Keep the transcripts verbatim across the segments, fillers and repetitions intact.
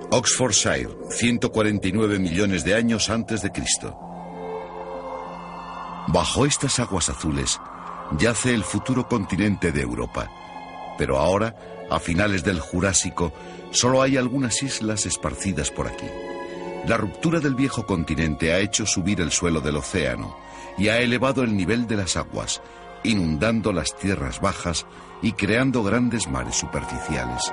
Oxfordshire, ciento cuarenta y nueve millones de años antes de Cristo. Bajo estas aguas azules yace el futuro continente de Europa. Pero ahora, a finales del Jurásico, solo hay algunas islas esparcidas por aquí. La ruptura del viejo continente ha hecho subir el suelo del océano y ha elevado el nivel de las aguas, inundando las tierras bajas y creando grandes mares superficiales.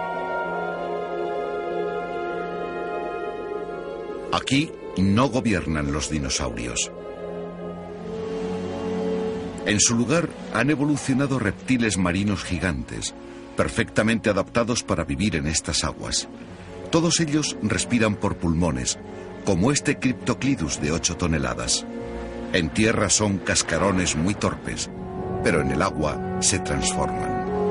Aquí no gobiernan los dinosaurios. En su lugar han evolucionado reptiles marinos gigantes, perfectamente adaptados para vivir en estas aguas. Todos ellos respiran por pulmones, como este Cryptoclidus de ocho toneladas. En tierra son cascarones muy torpes, pero en el agua se transforman.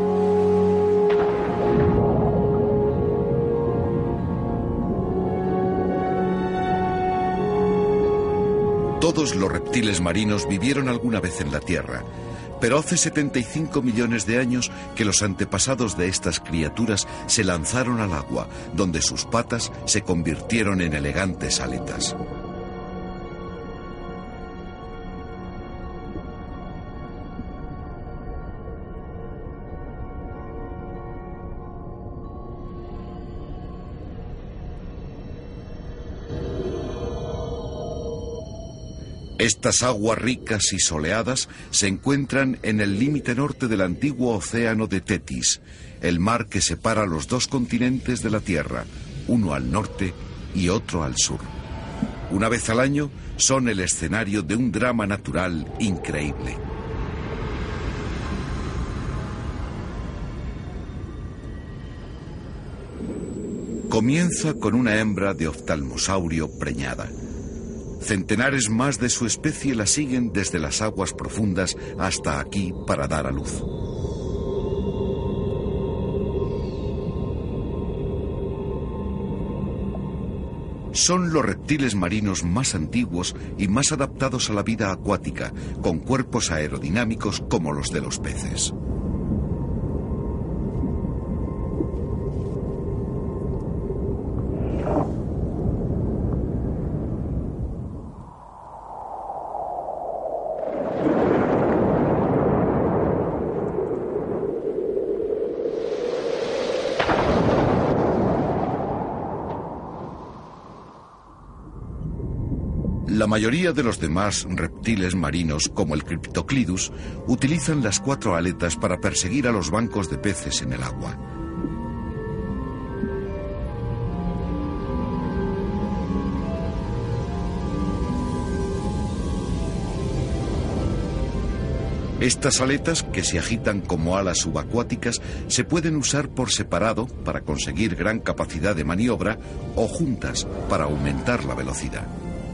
Todos los reptiles marinos vivieron alguna vez en la Tierra, pero hace setenta y cinco millones de años que los antepasados de estas criaturas se lanzaron al agua, donde sus patas se convirtieron en elegantes aletas. Estas aguas ricas y soleadas se encuentran en el límite norte del antiguo océano de Tetis, el mar que separa los dos continentes de la Tierra, uno al norte y otro al sur. Una vez al año son el escenario de un drama natural increíble. Comienza con una hembra de oftalmosaurio preñada. Centenares más de su especie la siguen desde las aguas profundas hasta aquí para dar a luz. Son los reptiles marinos más antiguos y más adaptados a la vida acuática, con cuerpos aerodinámicos como los de los peces. La mayoría de los demás reptiles marinos, como el Cryptoclidus, utilizan las cuatro aletas para perseguir a los bancos de peces en el agua. Estas aletas, que se agitan como alas subacuáticas, se pueden usar por separado para conseguir gran capacidad de maniobra o juntas para aumentar la velocidad.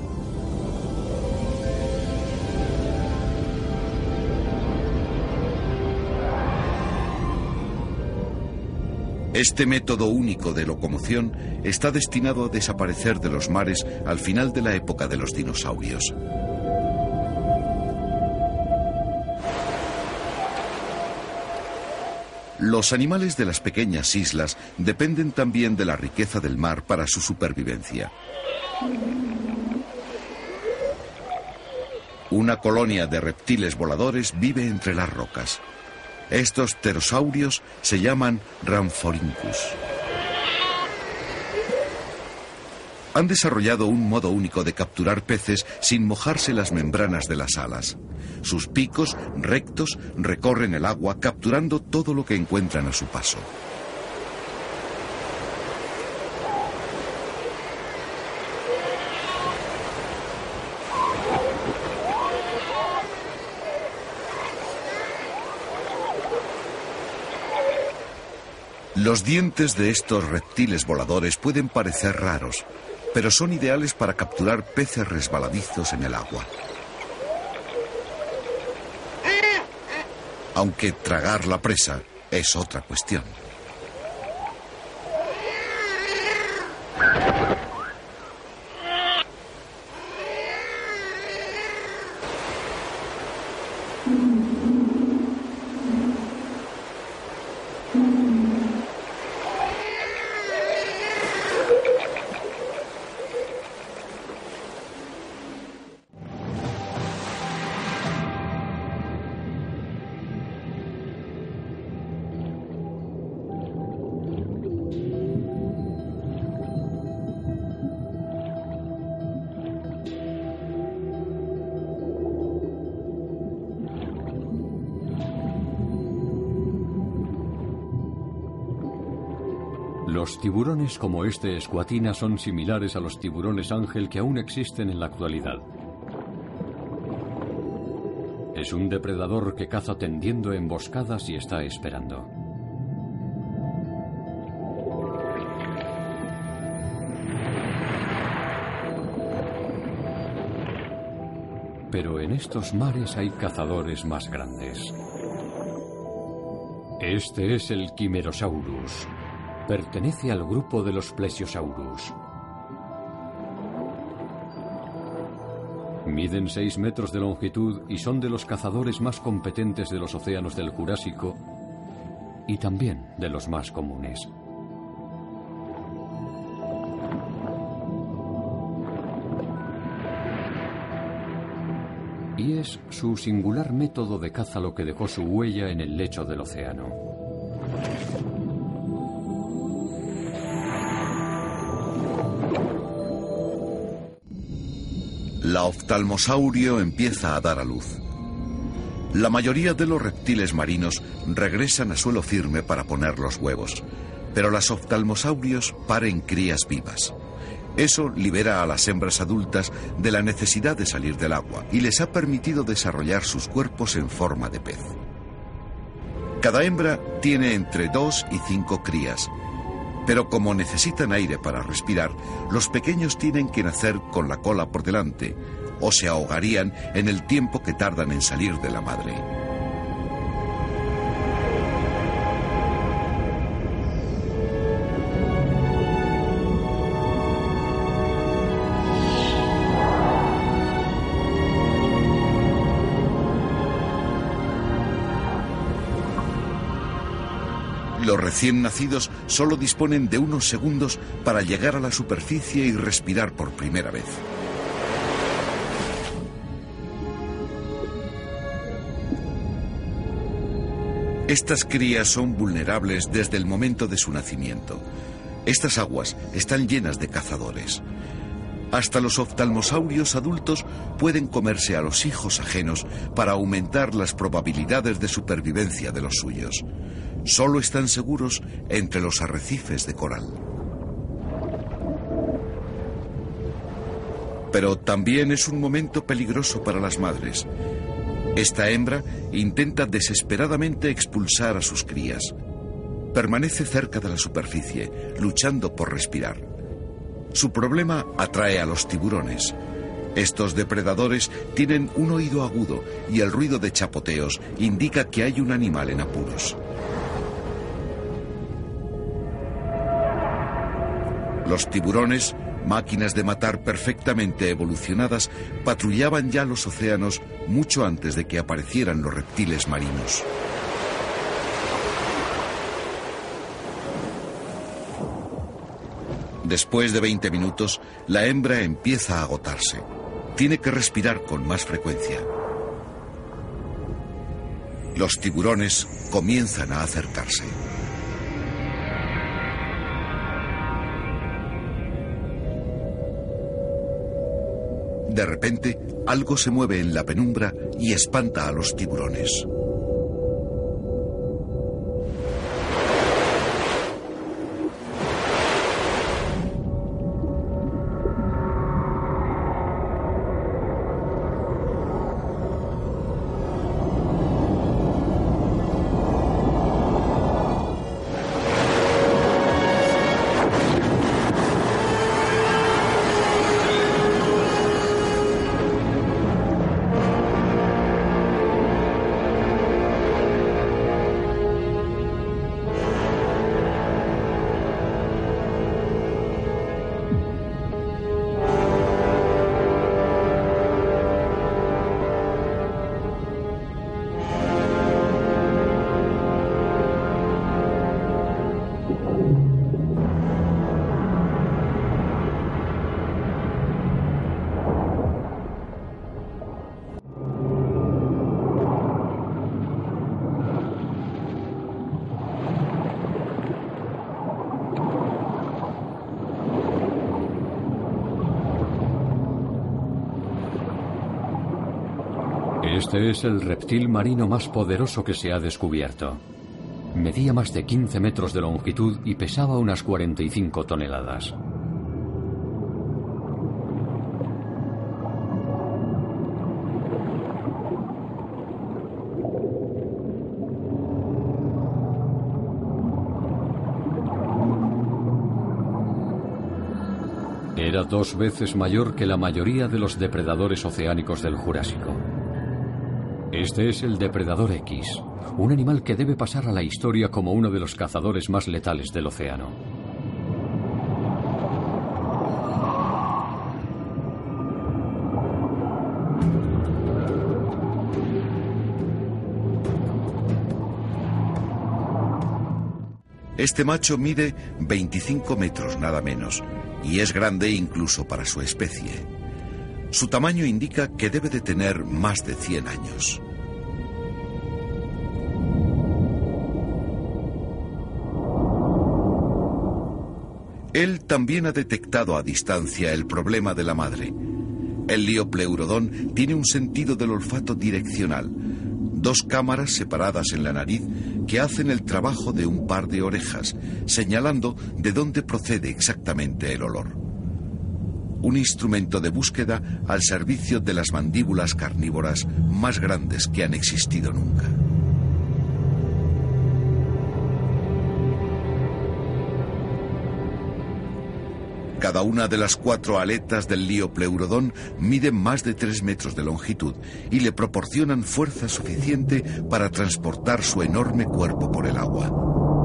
Este método único de locomoción está destinado a desaparecer de los mares al final de la época de los dinosaurios. Los animales de las pequeñas islas dependen también de la riqueza del mar para su supervivencia. Una colonia de reptiles voladores vive entre las rocas. Estos pterosaurios se llaman Rhamphorhynchus. Han desarrollado un modo único de capturar peces sin mojarse las membranas de las alas. Sus picos, rectos, recorren el agua capturando todo lo que encuentran a su paso. Los dientes de estos reptiles voladores pueden parecer raros, pero son ideales para capturar peces resbaladizos en el agua. Aunque tragar la presa es otra cuestión. Los tiburones como este escuatina son similares a los tiburones ángel que aún existen en la actualidad. Es un depredador que caza tendiendo emboscadas y está esperando. Pero en estos mares hay cazadores más grandes. Este es el Chimerosaurus. Pertenece al grupo de los Plesiosaurus. Miden seis metros de longitud y son de los cazadores más competentes de los océanos del Jurásico y también de los más comunes. Y es su singular método de caza lo que dejó su huella en el lecho del océano. La oftalmosaurio empieza a dar a luz. La mayoría de los reptiles marinos regresan a suelo firme para poner los huevos, pero las oftalmosaurios paren crías vivas. Eso libera a las hembras adultas de la necesidad de salir del agua y les ha permitido desarrollar sus cuerpos en forma de pez. Cada hembra tiene entre dos y cinco crías, pero como necesitan aire para respirar, los pequeños tienen que nacer con la cola por delante o se ahogarían en el tiempo que tardan en salir de la madre. Los recién nacidos solo disponen de unos segundos para llegar a la superficie y respirar por primera vez. Estas crías son vulnerables desde el momento de su nacimiento. Estas aguas están llenas de cazadores. Hasta los oftalmosaurios adultos pueden comerse a los hijos ajenos para aumentar las probabilidades de supervivencia de los suyos. Solo están seguros entre los arrecifes de coral. Pero también es un momento peligroso para las madres. Esta hembra intenta desesperadamente expulsar a sus crías. Permanece cerca de la superficie, luchando por respirar. Su problema atrae a los tiburones. Estos depredadores tienen un oído agudo y el ruido de chapoteos indica que hay un animal en apuros. Los tiburones, máquinas de matar perfectamente evolucionadas, patrullaban ya los océanos mucho antes de que aparecieran los reptiles marinos. Después de veinte minutos, la hembra empieza a agotarse. Tiene que respirar con más frecuencia. Los tiburones comienzan a acercarse. De repente, algo se mueve en la penumbra y espanta a los tiburones. Este es el reptil marino más poderoso que se ha descubierto. medía más de quince metros de longitud y pesaba unas cuarenta y cinco toneladas. Era dos veces mayor que la mayoría de los depredadores oceánicos del Jurásico. Este es el depredador X, un animal que debe pasar a la historia como uno de los cazadores más letales del océano. Este macho mide veinticinco metros nada menos y es grande incluso para su especie. Su tamaño indica que debe de tener más de cien años. Él también ha detectado a distancia el problema de la madre. El Liopleurodon tiene un sentido del olfato direccional, dos cámaras separadas en la nariz que hacen el trabajo de un par de orejas, señalando de dónde procede exactamente el olor. Un instrumento de búsqueda al servicio de las mandíbulas carnívoras más grandes que han existido nunca. Cada una de las cuatro aletas del Liopleurodon mide más de tres metros de longitud y le proporcionan fuerza suficiente para transportar su enorme cuerpo por el agua.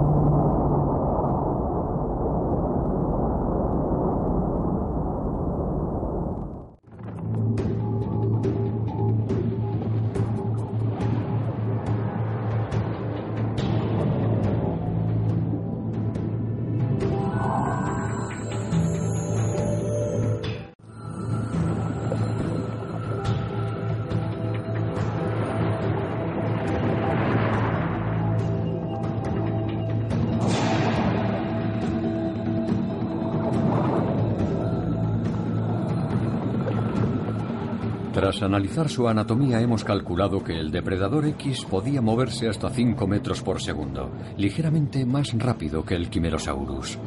Tras analizar su anatomía hemos calculado que el depredador X podía moverse hasta cinco metros por segundo, ligeramente más rápido que el Quimerosaurus.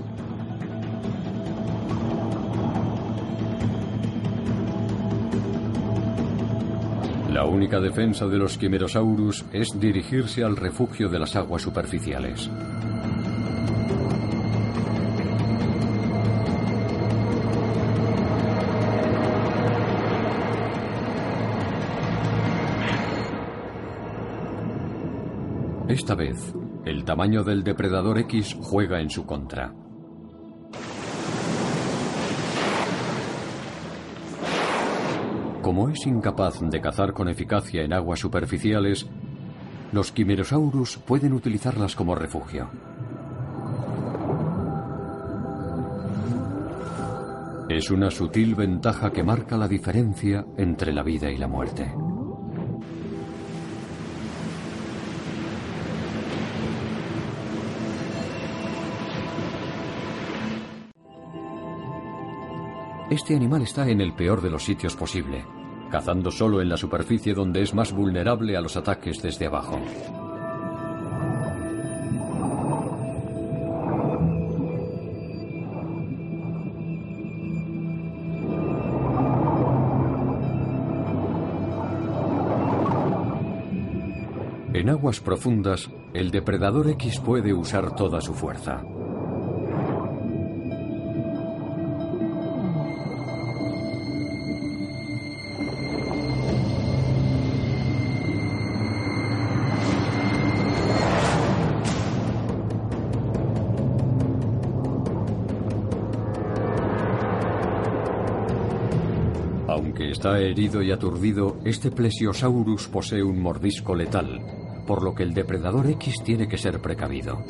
La única defensa de los Quimerosaurus es dirigirse al refugio de las aguas superficiales. Esta vez, el tamaño del depredador X juega en su contra. Como es incapaz de cazar con eficacia en aguas superficiales, los Quimerosaurus pueden utilizarlas como refugio. Es una sutil ventaja que marca la diferencia entre la vida y la muerte. Este animal está en el peor de los sitios posible, cazando solo en la superficie donde es más vulnerable a los ataques desde abajo. En aguas profundas, el depredador X puede usar toda su fuerza. Aunque está herido y aturdido, este Plesiosaurus posee un mordisco letal, por lo que el depredador X tiene que ser precavido.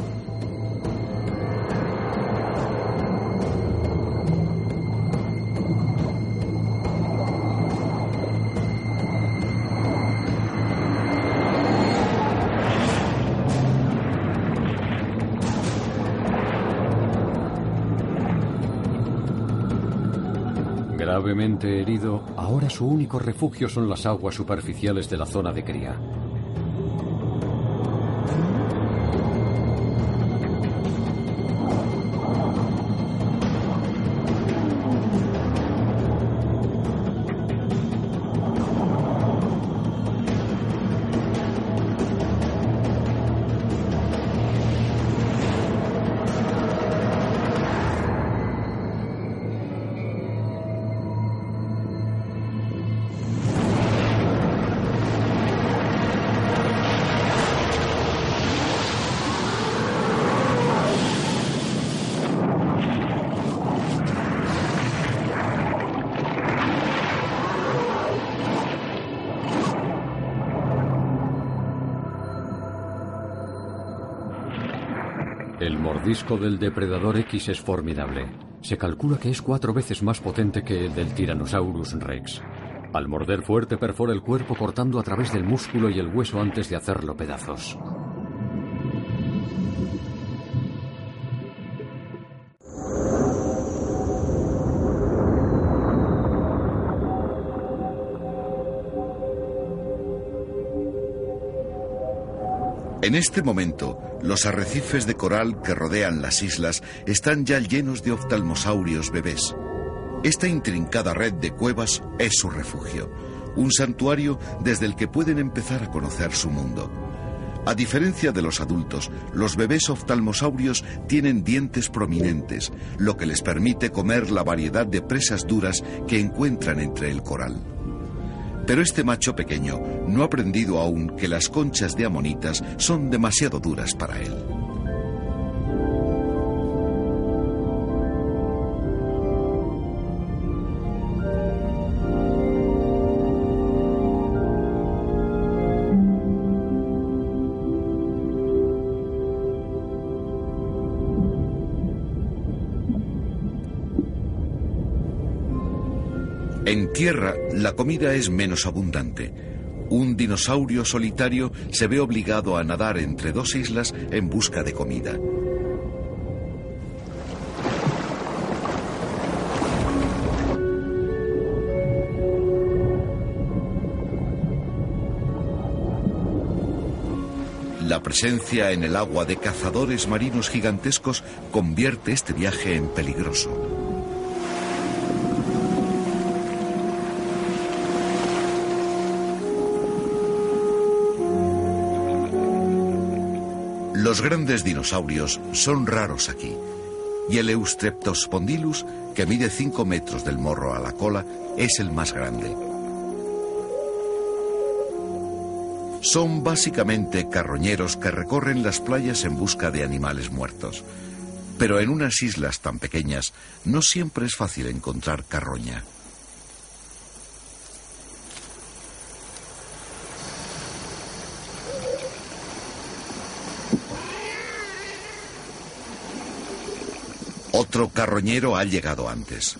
Gravemente herido, ahora su único refugio son las aguas superficiales de la zona de cría. mordisco del depredador X es formidable. Se calcula que es cuatro veces más potente que el del Tyrannosaurus Rex. Al morder fuerte perfora el cuerpo cortando a través del músculo y el hueso antes de hacerlo pedazos. En este momento, los arrecifes de coral que rodean las islas están ya llenos de oftalmosaurios bebés. Esta intrincada red de cuevas es su refugio, un santuario desde el que pueden empezar a conocer su mundo. A diferencia de los adultos, los bebés oftalmosaurios tienen dientes prominentes, lo que les permite comer la variedad de presas duras que encuentran entre el coral. Pero este macho pequeño no ha aprendido aún que las conchas de amonitas son demasiado duras para él. En tierra, la comida es menos abundante. Un dinosaurio solitario se ve obligado a nadar entre dos islas en busca de comida. La presencia en el agua de cazadores marinos gigantescos convierte este viaje en peligroso. Los grandes dinosaurios son raros aquí, y el Eustreptospondylus, que mide cinco metros del morro a la cola, es el más grande. Son básicamente carroñeros que recorren las playas en busca de animales muertos. Pero en unas islas tan pequeñas no siempre es fácil encontrar carroña. Otro carroñero ha llegado antes.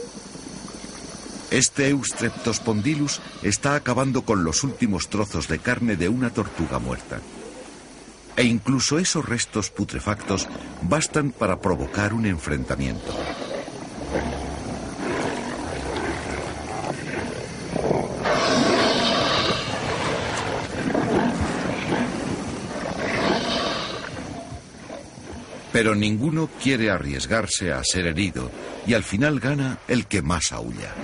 Este Eustreptospondylus está acabando con los últimos trozos de carne de una tortuga muerta. E incluso esos restos putrefactos bastan para provocar un enfrentamiento. Pero ninguno quiere arriesgarse a ser herido y al final gana el que más aúlla.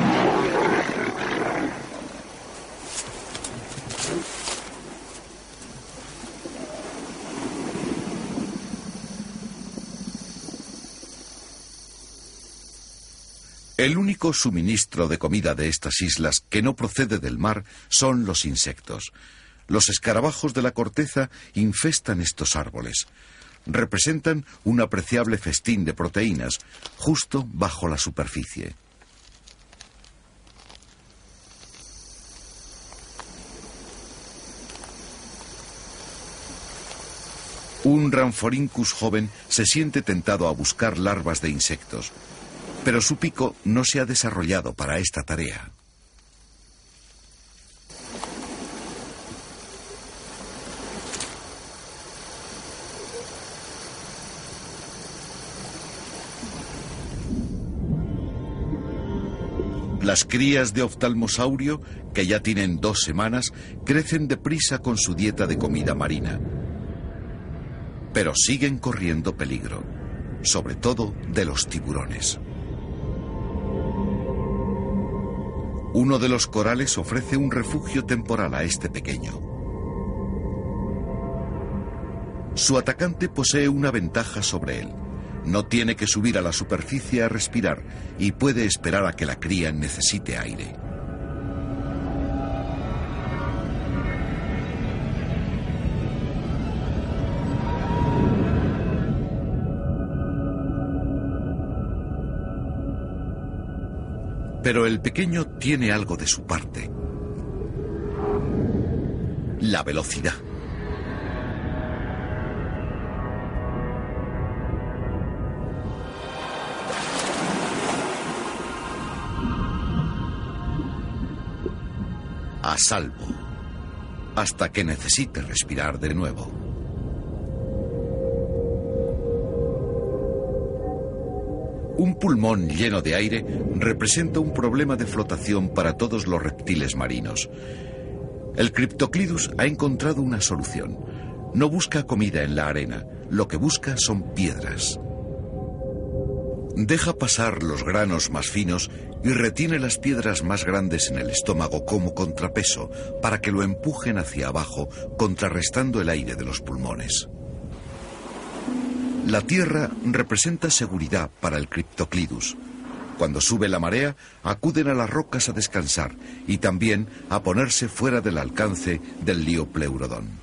El único suministro de comida de estas islas que no procede del mar son los insectos. Los escarabajos de la corteza infestan estos árboles. Representan un apreciable festín de proteínas justo bajo la superficie. Un Rhamphorhynchus joven se siente tentado a buscar larvas de insectos, pero su pico no se ha desarrollado para esta tarea. Las crías de oftalmosaurio, que ya tienen dos semanas, crecen deprisa con su dieta de comida marina. Pero siguen corriendo peligro, sobre todo de los tiburones. Uno de los corales ofrece un refugio temporal a este pequeño. Su atacante posee una ventaja sobre él. No tiene que subir a la superficie a respirar y puede esperar a que la cría necesite aire. Pero el pequeño tiene algo de su parte. La velocidad. a salvo, hasta que necesite respirar de nuevo. Un pulmón lleno de aire representa un problema de flotación para todos los reptiles marinos. El Cryptoclidus ha encontrado una solución. No busca comida en la arena, lo que busca son piedras. Deja pasar los granos más finos y retiene las piedras más grandes en el estómago como contrapeso para que lo empujen hacia abajo, contrarrestando el aire de los pulmones. La tierra representa seguridad para el Cryptoclidus. Cuando sube la marea, acuden a las rocas a descansar y también a ponerse fuera del alcance del Liopleurodon.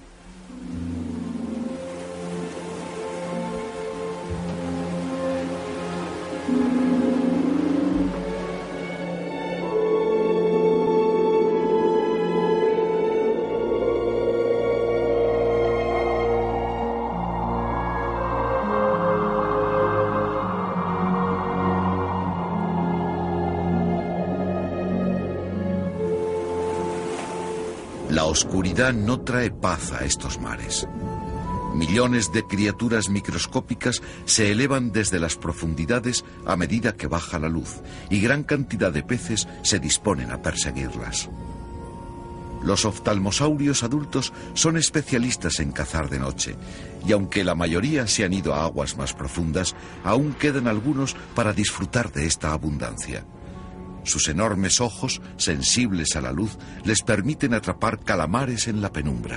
La oscuridad no trae paz a estos mares. Millones de criaturas microscópicas se elevan desde las profundidades a medida que baja la luz, y gran cantidad de peces se disponen a perseguirlas. Los oftalmosaurios adultos son especialistas en cazar de noche, y aunque la mayoría se han ido a aguas más profundas, aún quedan algunos para disfrutar de esta abundancia. Sus enormes ojos, sensibles a la luz, les permiten atrapar calamares en la penumbra.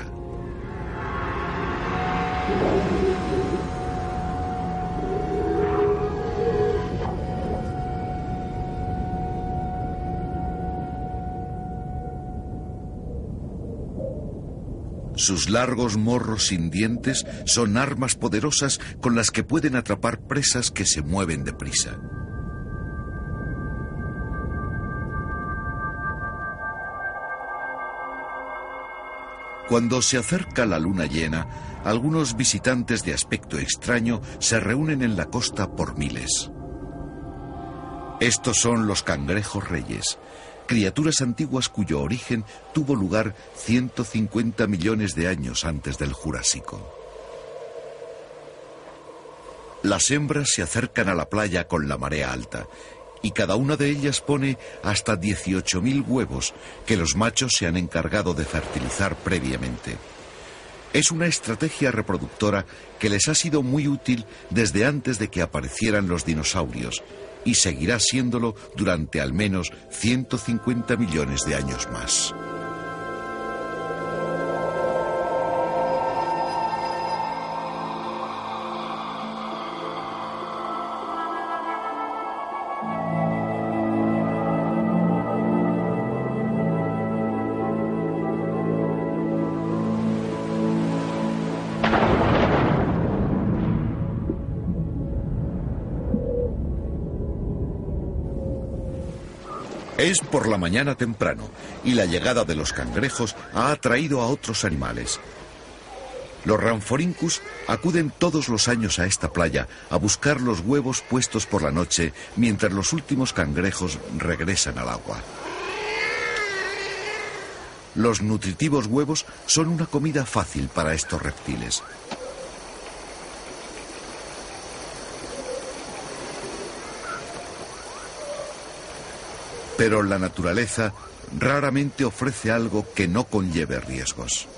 Sus largos morros sin dientes son armas poderosas con las que pueden atrapar presas que se mueven deprisa. Cuando se acerca la luna llena, algunos visitantes de aspecto extraño se reúnen en la costa por miles. Estos son los cangrejos reyes, criaturas antiguas cuyo origen tuvo lugar ciento cincuenta millones de años antes del Jurásico. Las hembras se acercan a la playa con la marea alta, y cada una de ellas pone hasta dieciocho mil huevos que los machos se han encargado de fertilizar previamente. Es una estrategia reproductora que les ha sido muy útil desde antes de que aparecieran los dinosaurios y seguirá siéndolo durante al menos ciento cincuenta millones de años más. Es por la mañana temprano y la llegada de los cangrejos ha atraído a otros animales. Los Rhamphorhynchus acuden todos los años a esta playa a buscar los huevos puestos por la noche mientras los últimos cangrejos regresan al agua. Los nutritivos huevos son una comida fácil para estos reptiles. Pero la naturaleza raramente ofrece algo que no conlleve riesgos.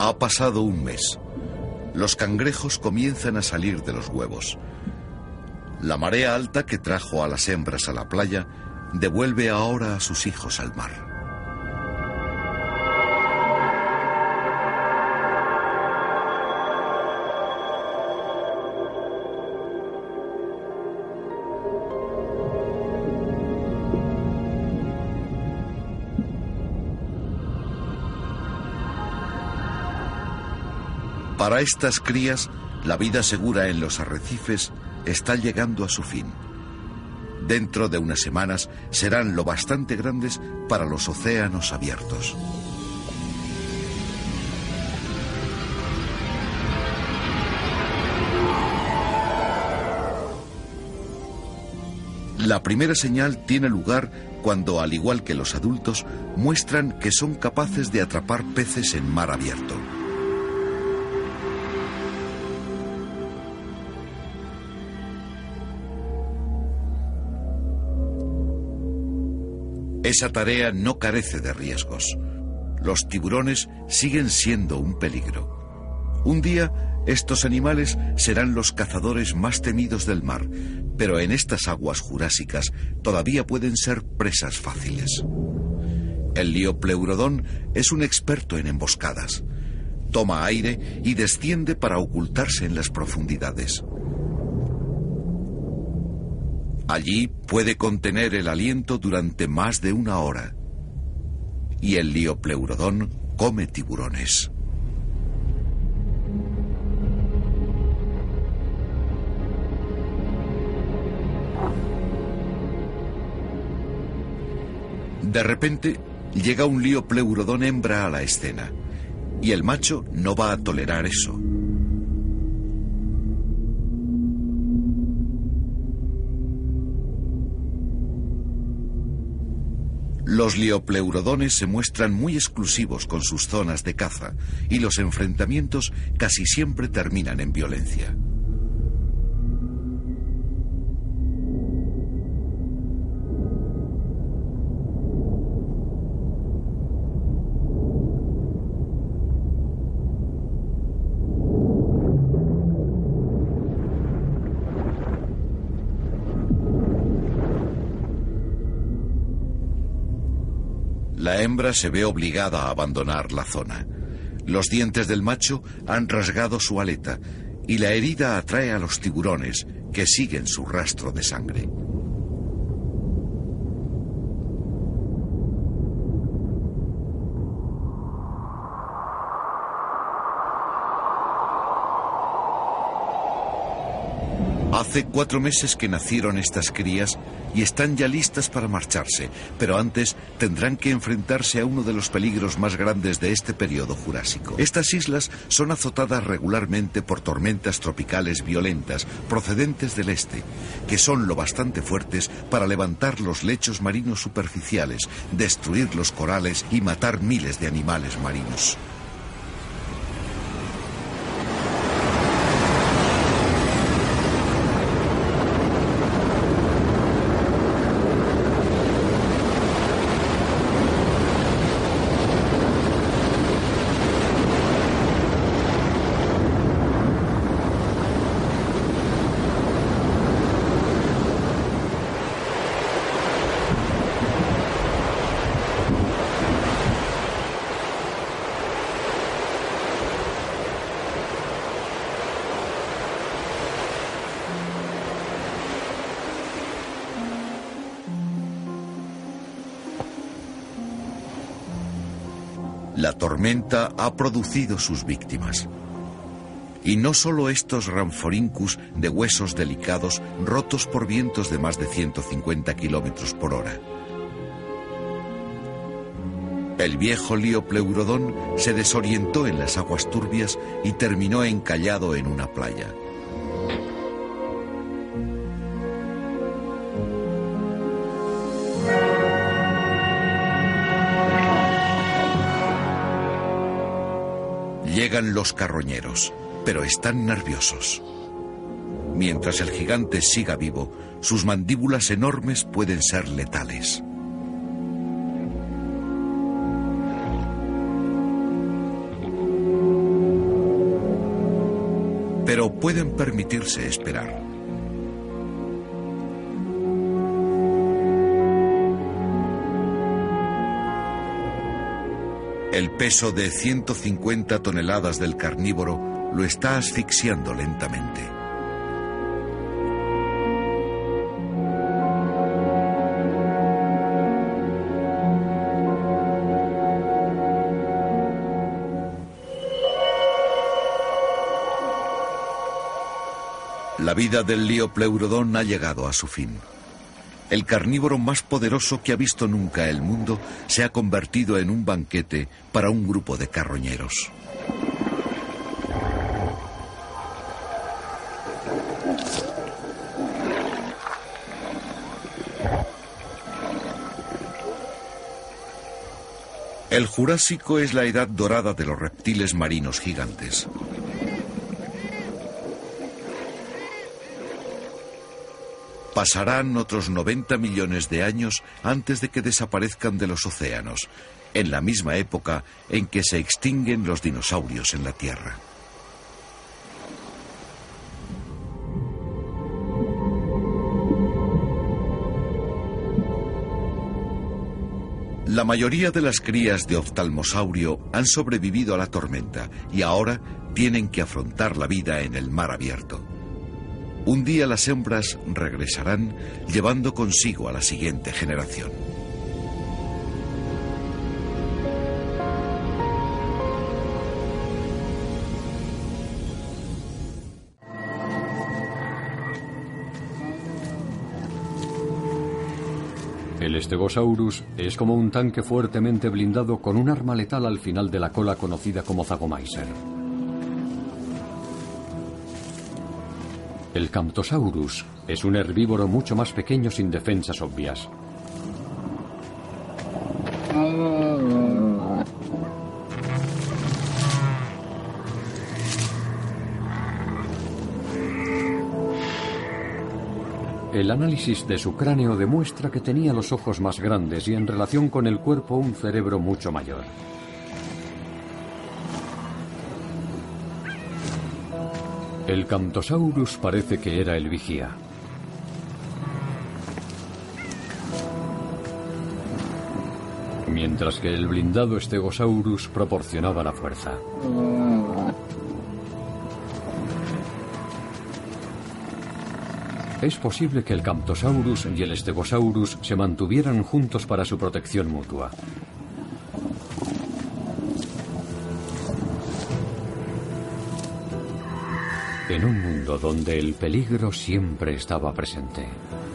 Ha pasado un mes. Los cangrejos comienzan a salir de los huevos. La marea alta que trajo a las hembras a la playa devuelve ahora a sus hijos al mar. Para estas crías, la vida segura en los arrecifes está llegando a su fin. Dentro de unas semanas serán lo bastante grandes para los océanos abiertos. La primera señal tiene lugar cuando, al igual que los adultos, muestran que son capaces de atrapar peces en mar abierto. Esa tarea no carece de riesgos. Los tiburones siguen siendo un peligro. Un día, estos animales serán los cazadores más temidos del mar, pero en estas aguas jurásicas todavía pueden ser presas fáciles. El Liopleurodon es un experto en emboscadas. Toma aire y desciende para ocultarse en las profundidades. Allí puede contener el aliento durante más de una hora. Y el Liopleurodon come tiburones. De repente, llega un Liopleurodon hembra a la escena. Y el macho no va a tolerar eso. Los Liopleurodones se muestran muy exclusivos con sus zonas de caza y los enfrentamientos casi siempre terminan en violencia. La hembra se ve obligada a abandonar la zona. Los dientes del macho han rasgado su aleta y la herida atrae a los tiburones, que siguen su rastro de sangre. Hace cuatro meses que nacieron estas crías y están ya listas para marcharse, pero antes tendrán que enfrentarse a uno de los peligros más grandes de este periodo jurásico. Estas islas son azotadas regularmente por tormentas tropicales violentas procedentes del este, que son lo bastante fuertes para levantar los lechos marinos superficiales, destruir los corales y matar miles de animales marinos. La tormenta ha producido sus víctimas. Y no solo estos Rhamphorhynchus de huesos delicados rotos por vientos de más de ciento cincuenta kilómetros por hora. El viejo Liopleurodon se desorientó en las aguas turbias y terminó encallado en una playa. Llegan los carroñeros, pero están nerviosos. Mientras el gigante siga vivo, sus mandíbulas enormes pueden ser letales. pero pueden permitirse esperar. El peso de ciento cincuenta toneladas del carnívoro lo está asfixiando lentamente. La vida del Liopleurodon ha llegado a su fin. El carnívoro más poderoso que ha visto nunca el mundo se ha convertido en un banquete para un grupo de carroñeros. El Jurásico es la edad dorada de los reptiles marinos gigantes. Pasarán otros noventa millones de años antes de que desaparezcan de los océanos, en la misma época en que se extinguen los dinosaurios en la Tierra. La mayoría de las crías de oftalmosaurio han sobrevivido a la tormenta y ahora tienen que afrontar la vida en el mar abierto. Un día las hembras regresarán llevando consigo a la siguiente generación. El Stegosaurus es como un tanque fuertemente blindado con un arma letal al final de la cola conocida como Zagomaiser. El Camptosaurus es un herbívoro mucho más pequeño sin defensas obvias. El análisis de su cráneo demuestra que tenía los ojos más grandes y en relación con el cuerpo un cerebro mucho mayor. El Camptosaurus parece que era el vigía. Mientras que el blindado Stegosaurus proporcionaba la fuerza. Es posible que el Camptosaurus y el Stegosaurus se mantuvieran juntos para su protección mutua. En un mundo donde el peligro siempre estaba presente.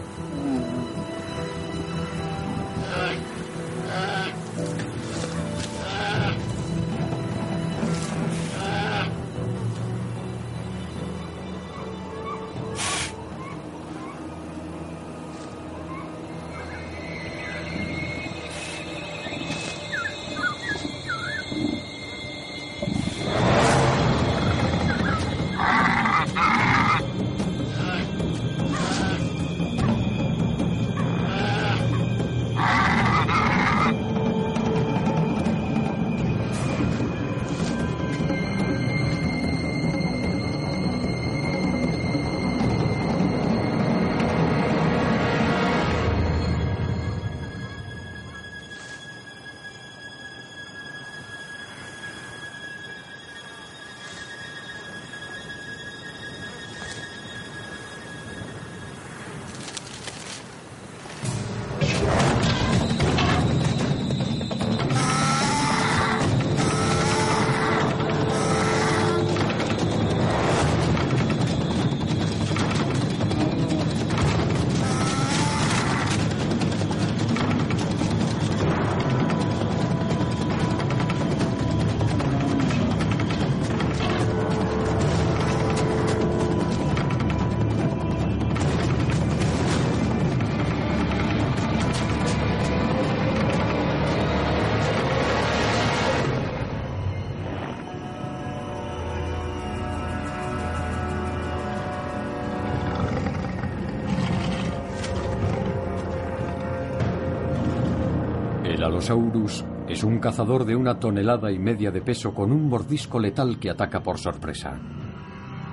El Allosaurus es un cazador de una tonelada y media de peso con un mordisco letal que ataca por sorpresa.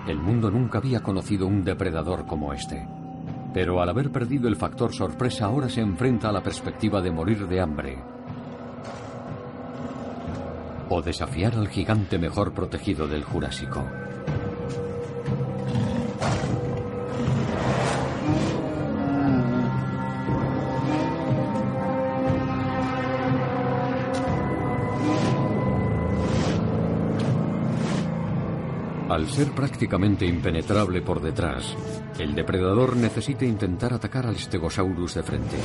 El mundo nunca había conocido un depredador como este. Pero al haber perdido el factor sorpresa, ahora se enfrenta a la perspectiva de morir de hambre o desafiar al gigante mejor protegido del Jurásico. Al ser prácticamente impenetrable por detrás, el depredador necesita intentar atacar al Stegosaurus de frente.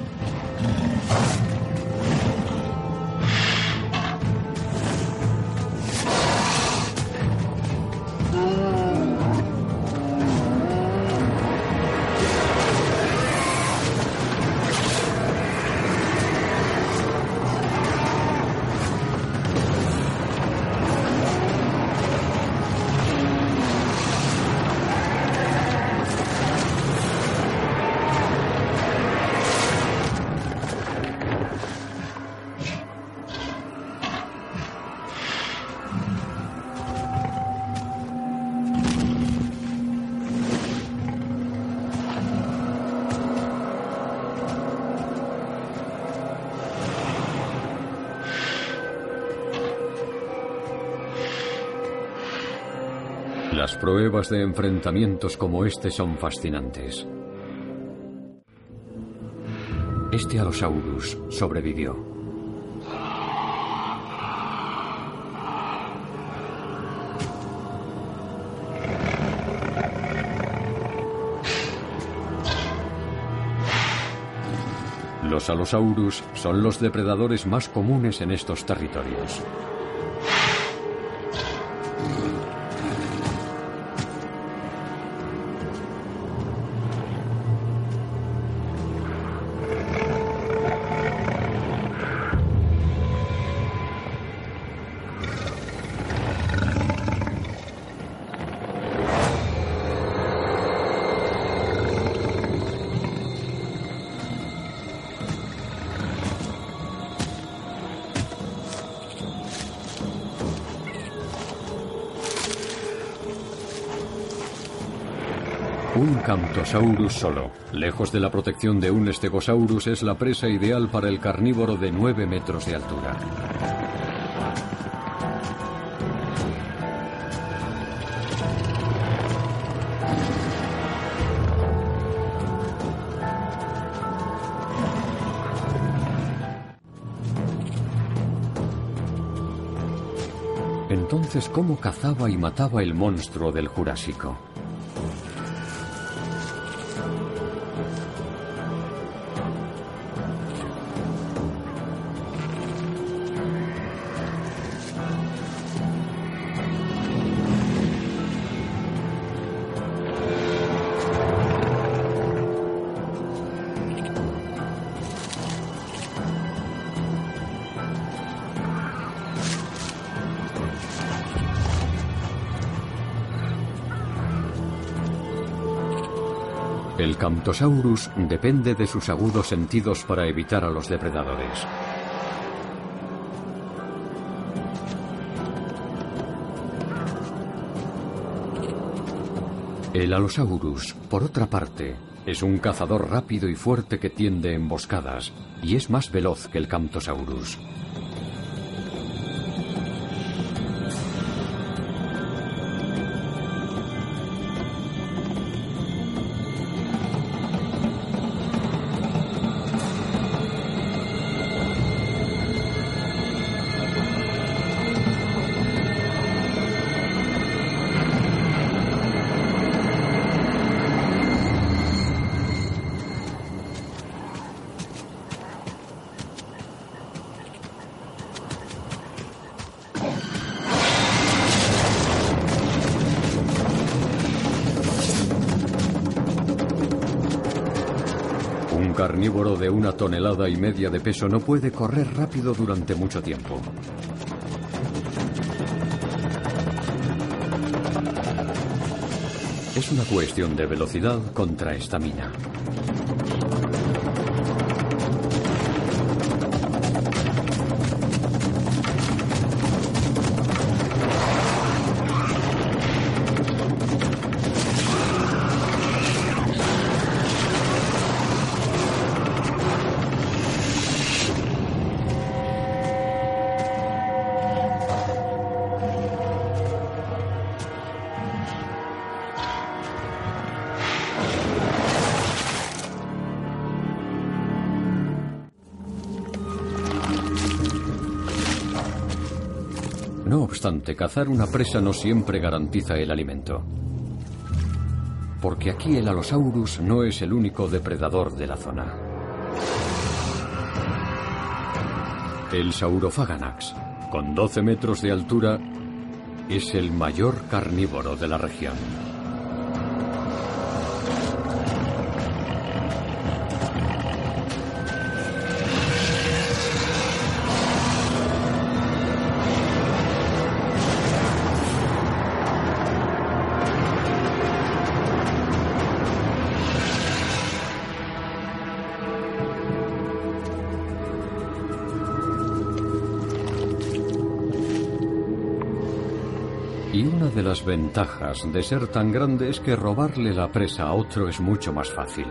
Las pruebas de enfrentamientos como este son fascinantes. Este Allosaurus sobrevivió. Los Allosaurus son los depredadores más comunes en estos territorios. Un Camptosaurus solo, lejos de la protección de un Stegosaurus, es la presa ideal para el carnívoro de nueve metros de altura. Entonces, ¿cómo cazaba y mataba el monstruo del Jurásico? El Camptosaurus depende de sus agudos sentidos para evitar a los depredadores. El Allosaurus, por otra parte, es un cazador rápido y fuerte que tiende emboscadas, y es más veloz que el Camptosaurus. Un carnívoro de una tonelada y media de peso no puede correr rápido durante mucho tiempo. Es una cuestión de velocidad contra estamina. No obstante, cazar una presa no siempre garantiza el alimento. Porque aquí el Allosaurus no es el único depredador de la zona. El Saurophaganax, con doce metros de altura, es el mayor carnívoro de la región. Y una de las ventajas de ser tan grande es que robarle la presa a otro es mucho más fácil.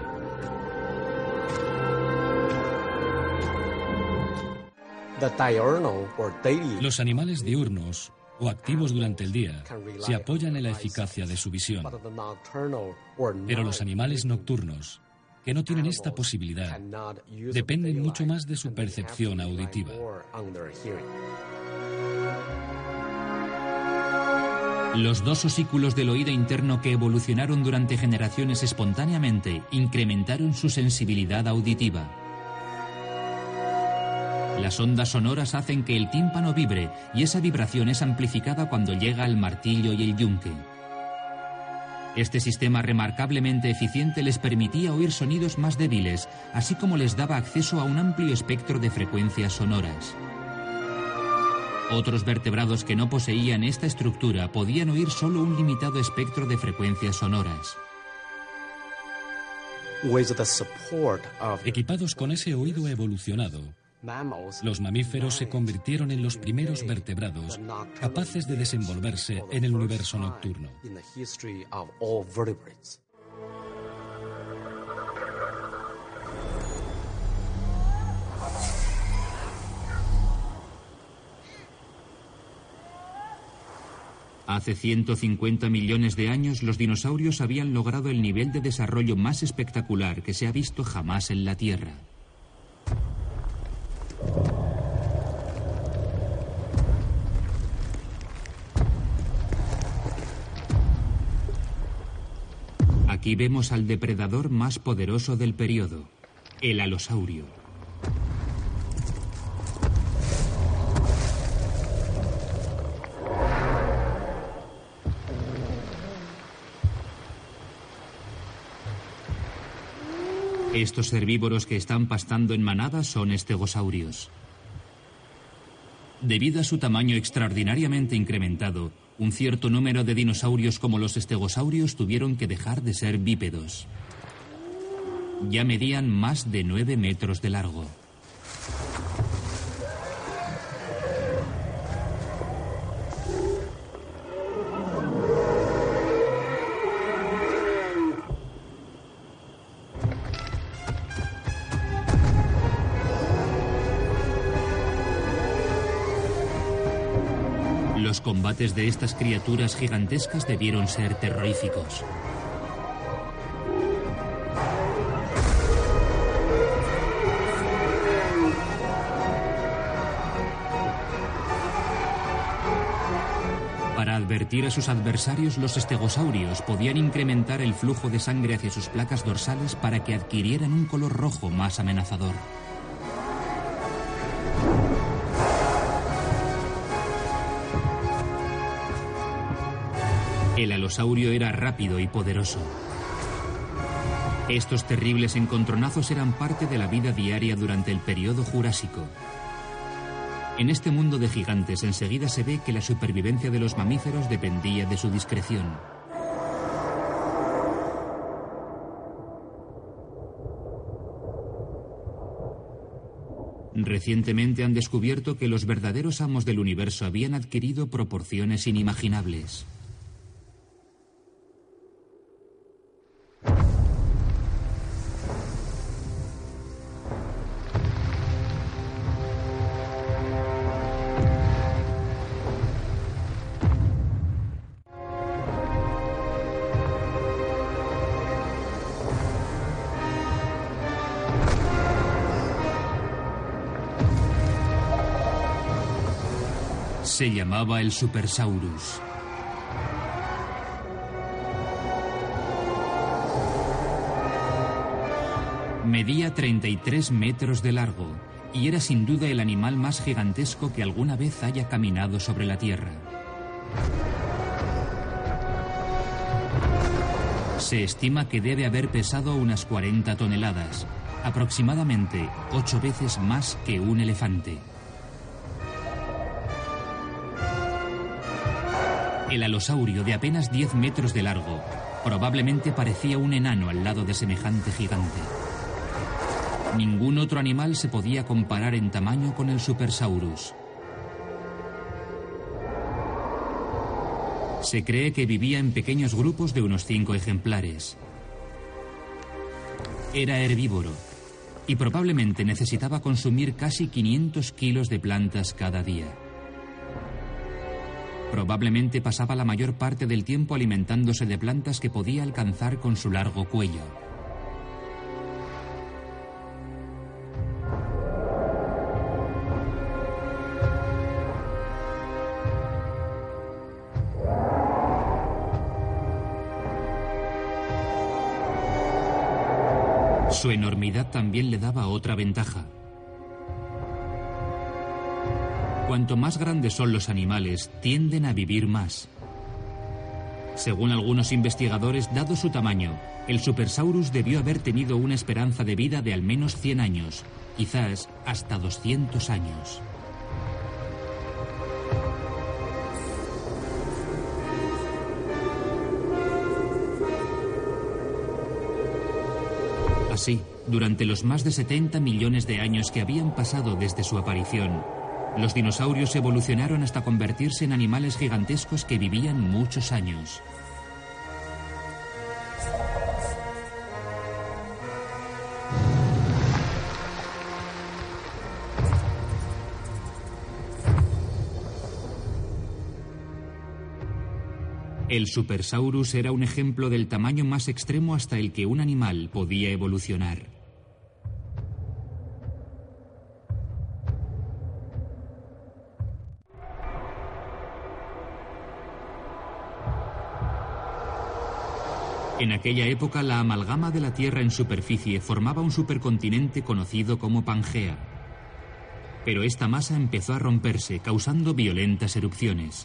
Los animales diurnos o activos durante el día se apoyan en la eficacia de su visión. Pero los animales nocturnos, que no tienen esta posibilidad, dependen mucho más de su percepción auditiva. Los dos osículos del oído interno que evolucionaron durante generaciones espontáneamente incrementaron su sensibilidad auditiva. Las ondas sonoras hacen que el tímpano vibre y esa vibración es amplificada cuando llega al martillo y el yunque. Este sistema remarcablemente eficiente les permitía oír sonidos más débiles, así como les daba acceso a un amplio espectro de frecuencias sonoras. Otros vertebrados que no poseían esta estructura podían oír solo un limitado espectro de frecuencias sonoras. Equipados con ese oído evolucionado, los mamíferos se convirtieron en los primeros vertebrados capaces de desenvolverse en el universo nocturno. Hace ciento cincuenta millones de años, los dinosaurios habían logrado el nivel de desarrollo más espectacular que se ha visto jamás en la Tierra. Aquí vemos al depredador más poderoso del periodo, el alosaurio. Estos herbívoros que están pastando en manada son estegosaurios. Debido a su tamaño extraordinariamente incrementado, un cierto número de dinosaurios como los estegosaurios tuvieron que dejar de ser bípedos. Ya medían más de nueve metros de largo. Los combates de estas criaturas gigantescas debieron ser terroríficos. Para advertir a sus adversarios, los estegosaurios podían incrementar el flujo de sangre hacia sus placas dorsales para que adquirieran un color rojo más amenazador. El alosaurio era rápido y poderoso. Estos terribles encontronazos eran parte de la vida diaria durante el período Jurásico. En este mundo de gigantes enseguida se ve que la supervivencia de los mamíferos dependía de su discreción. Recientemente han descubierto que los verdaderos amos del universo habían adquirido proporciones inimaginables. Se llamaba el Supersaurus. Medía treinta y tres metros de largo y era sin duda el animal más gigantesco que alguna vez haya caminado sobre la Tierra. Se estima que debe haber pesado unas cuarenta toneladas, aproximadamente ocho veces más que un elefante. El alosaurio, de apenas diez metros de largo, probablemente parecía un enano al lado de semejante gigante. Ningún otro animal se podía comparar en tamaño con el Supersaurus. Se cree que vivía en pequeños grupos de unos cinco ejemplares. Era herbívoro y probablemente necesitaba consumir casi quinientos kilos de plantas cada día. Probablemente pasaba la mayor parte del tiempo alimentándose de plantas que podía alcanzar con su largo cuello. Su enormidad también le daba otra ventaja. Cuanto más grandes son los animales, tienden a vivir más. Según algunos investigadores, dado su tamaño, el Supersaurus debió haber tenido una esperanza de vida de al menos cien años, quizás hasta doscientos años. Así, durante los más de setenta millones de años que habían pasado desde su aparición, los dinosaurios evolucionaron hasta convertirse en animales gigantescos que vivían muchos años. El Supersaurus era un ejemplo del tamaño más extremo hasta el que un animal podía evolucionar. En aquella época, la amalgama de la Tierra en superficie formaba un supercontinente conocido como Pangea. Pero esta masa empezó a romperse, causando violentas erupciones.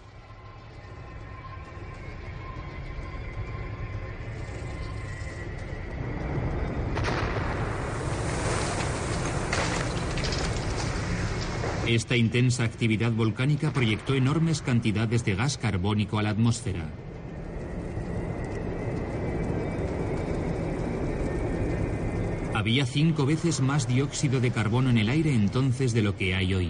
Esta intensa actividad volcánica proyectó enormes cantidades de gas carbónico a la atmósfera. Había cinco veces más dióxido de carbono en el aire entonces de lo que hay hoy.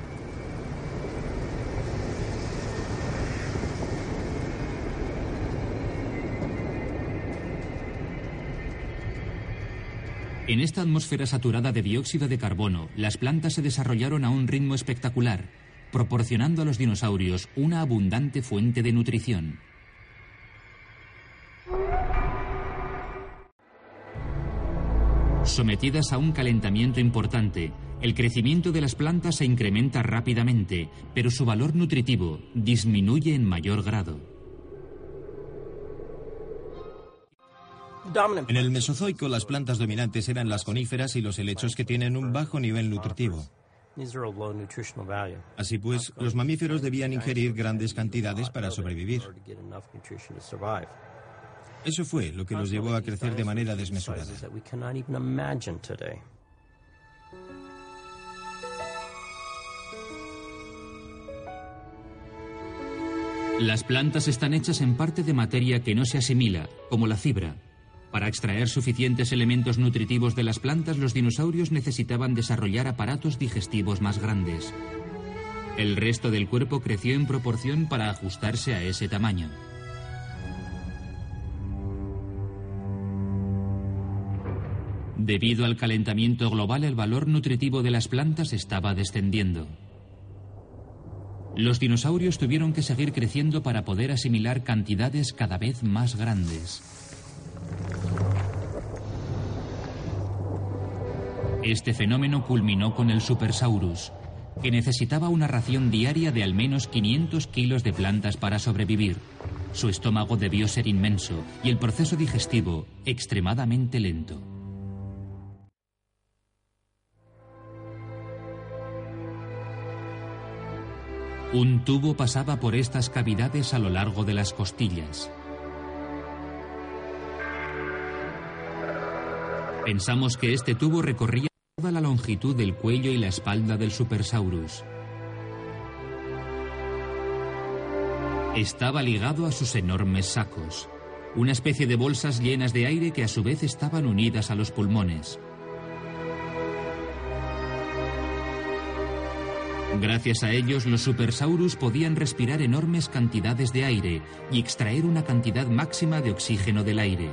En esta atmósfera saturada de dióxido de carbono, las plantas se desarrollaron a un ritmo espectacular, proporcionando a los dinosaurios una abundante fuente de nutrición. Sometidas a un calentamiento importante, el crecimiento de las plantas se incrementa rápidamente, pero su valor nutritivo disminuye en mayor grado. En el Mesozoico, las plantas dominantes eran las coníferas y los helechos, que tienen un bajo nivel nutritivo. Así pues, los mamíferos debían ingerir grandes cantidades para sobrevivir. Eso fue lo que los llevó a crecer de manera desmesurada. Las plantas están hechas en parte de materia que no se asimila, como la fibra. Para extraer suficientes elementos nutritivos de las plantas, los dinosaurios necesitaban desarrollar aparatos digestivos más grandes. El resto del cuerpo creció en proporción para ajustarse a ese tamaño. Debido al calentamiento global, el valor nutritivo de las plantas estaba descendiendo. Los dinosaurios tuvieron que seguir creciendo para poder asimilar cantidades cada vez más grandes. Este fenómeno culminó con el Supersaurus. que necesitaba una ración diaria de al menos quinientos kilos de plantas para sobrevivir. Su estómago debió ser inmenso y el proceso digestivo extremadamente lento. Un tubo pasaba por estas cavidades a lo largo de las costillas. Pensamos que este tubo recorría toda la longitud del cuello y la espalda del Supersaurus. Estaba ligado a sus enormes sacos, una especie de bolsas llenas de aire que a su vez estaban unidas a los pulmones. Gracias a ellos, los Supersaurus podían respirar enormes cantidades de aire y extraer una cantidad máxima de oxígeno del aire.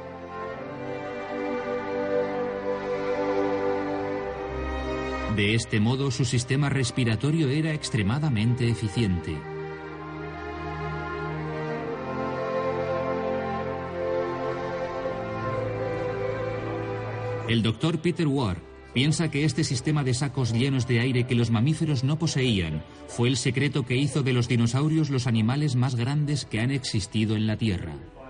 De este modo, su sistema respiratorio era extremadamente eficiente. El doctor Peter Ward piensa que este sistema de sacos llenos de aire que los mamíferos no poseían fue el secreto que hizo de los dinosaurios los animales más grandes que han existido en la Tierra.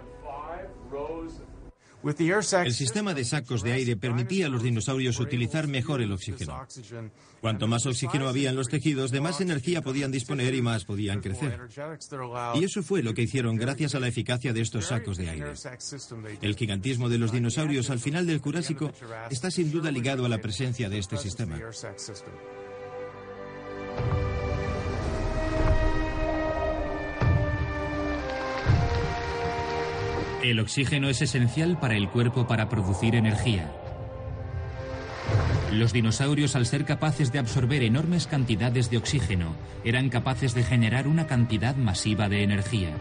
El sistema de sacos de aire permitía a los dinosaurios utilizar mejor el oxígeno. Cuanto más oxígeno había en los tejidos, de más energía podían disponer y más podían crecer. Y eso fue lo que hicieron gracias a la eficacia de estos sacos de aire. El gigantismo de los dinosaurios al final del Jurásico está sin duda ligado a la presencia de este sistema. El oxígeno es esencial para el cuerpo para producir energía. Los dinosaurios, al ser capaces de absorber enormes cantidades de oxígeno, eran capaces de generar una cantidad masiva de energía.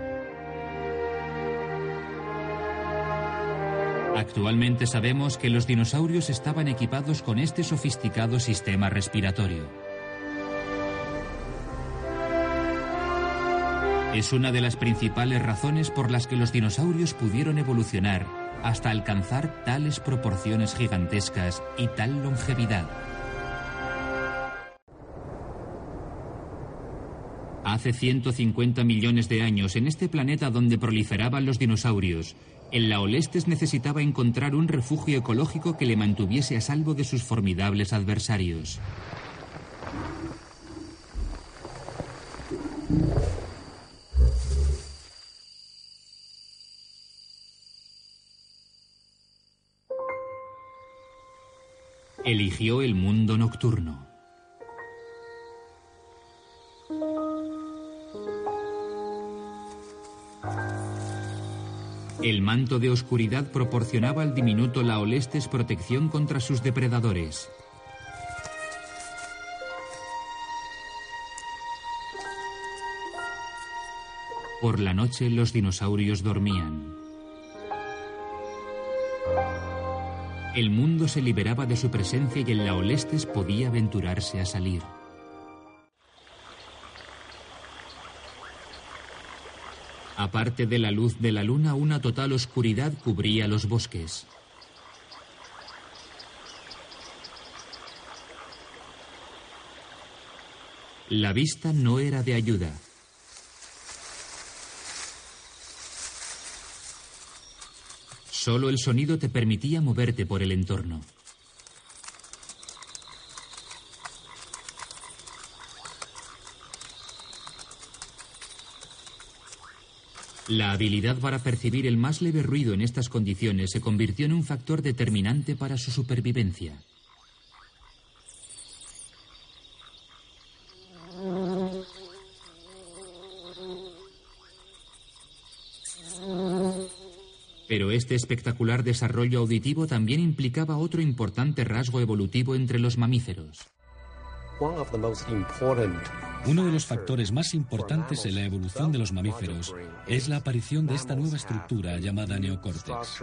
Actualmente sabemos que los dinosaurios estaban equipados con este sofisticado sistema respiratorio. Es una de las principales razones por las que los dinosaurios pudieron evolucionar hasta alcanzar tales proporciones gigantescas y tal longevidad. Hace ciento cincuenta millones de años, en este planeta donde proliferaban los dinosaurios, el Laolestes necesitaba encontrar un refugio ecológico que le mantuviese a salvo de sus formidables adversarios. Eligió el mundo nocturno. El manto de oscuridad proporcionaba al diminuto Laolestes protección contra sus depredadores. Por la noche los dinosaurios dormían. El mundo se liberaba de su presencia y el Laolestes podía aventurarse a salir. Aparte de la luz de la luna, una total oscuridad cubría los bosques. La vista no era de ayuda. Solo el sonido te permitía moverte por el entorno. La habilidad para percibir el más leve ruido en estas condiciones se convirtió en un factor determinante para su supervivencia. Pero este espectacular desarrollo auditivo también implicaba otro importante rasgo evolutivo entre los mamíferos. Uno de los factores más importantes en la evolución de los mamíferos es la aparición de esta nueva estructura llamada neocórtex.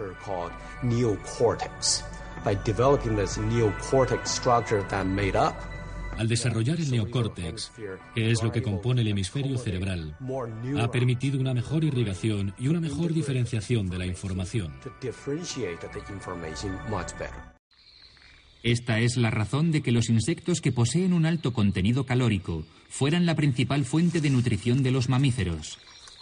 Al desarrollar el neocórtex, que es lo que compone el hemisferio cerebral, ha permitido una mejor irrigación y una mejor diferenciación de la información. Esta es la razón de que los insectos que poseen un alto contenido calórico fueran la principal fuente de nutrición de los mamíferos.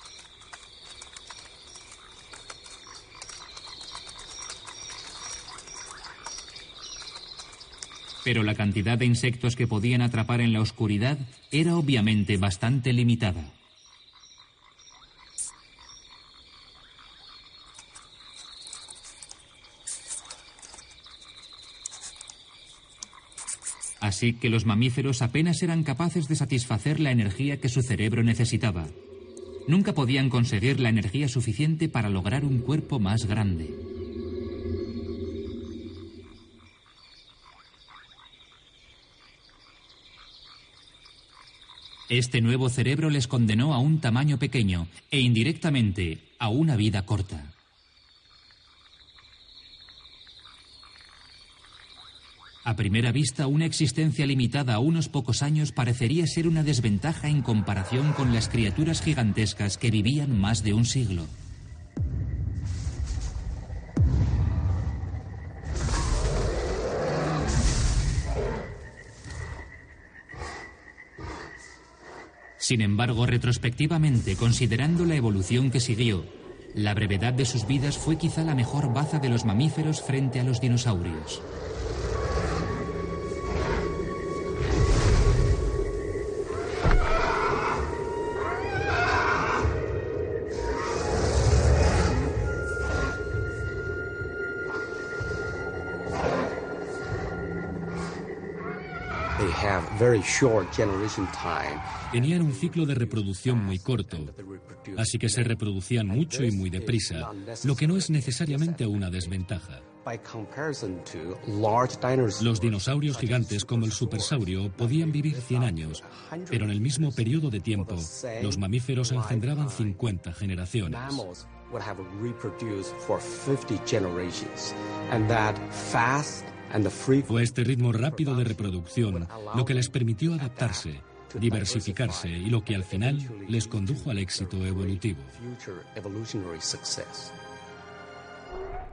Pero la cantidad de insectos que podían atrapar en la oscuridad era obviamente bastante limitada. Así que los mamíferos apenas eran capaces de satisfacer la energía que su cerebro necesitaba. Nunca podían conseguir la energía suficiente para lograr un cuerpo más grande. Este nuevo cerebro les condenó a un tamaño pequeño e indirectamente a una vida corta. A primera vista, una existencia limitada a unos pocos años parecería ser una desventaja en comparación con las criaturas gigantescas que vivían más de un siglo. Sin embargo, retrospectivamente, considerando la evolución que siguió, la brevedad de sus vidas fue quizá la mejor baza de los mamíferos frente a los dinosaurios. Tenían un ciclo de reproducción muy corto, así que se reproducían mucho y muy deprisa, lo que no es necesariamente una desventaja. Los dinosaurios gigantes como el supersaurio podían vivir cien años, pero en el mismo periodo de tiempo, los mamíferos engendraban cincuenta generaciones. Fue este ritmo rápido de reproducción lo que les permitió adaptarse, diversificarse y lo que al final les condujo al éxito evolutivo.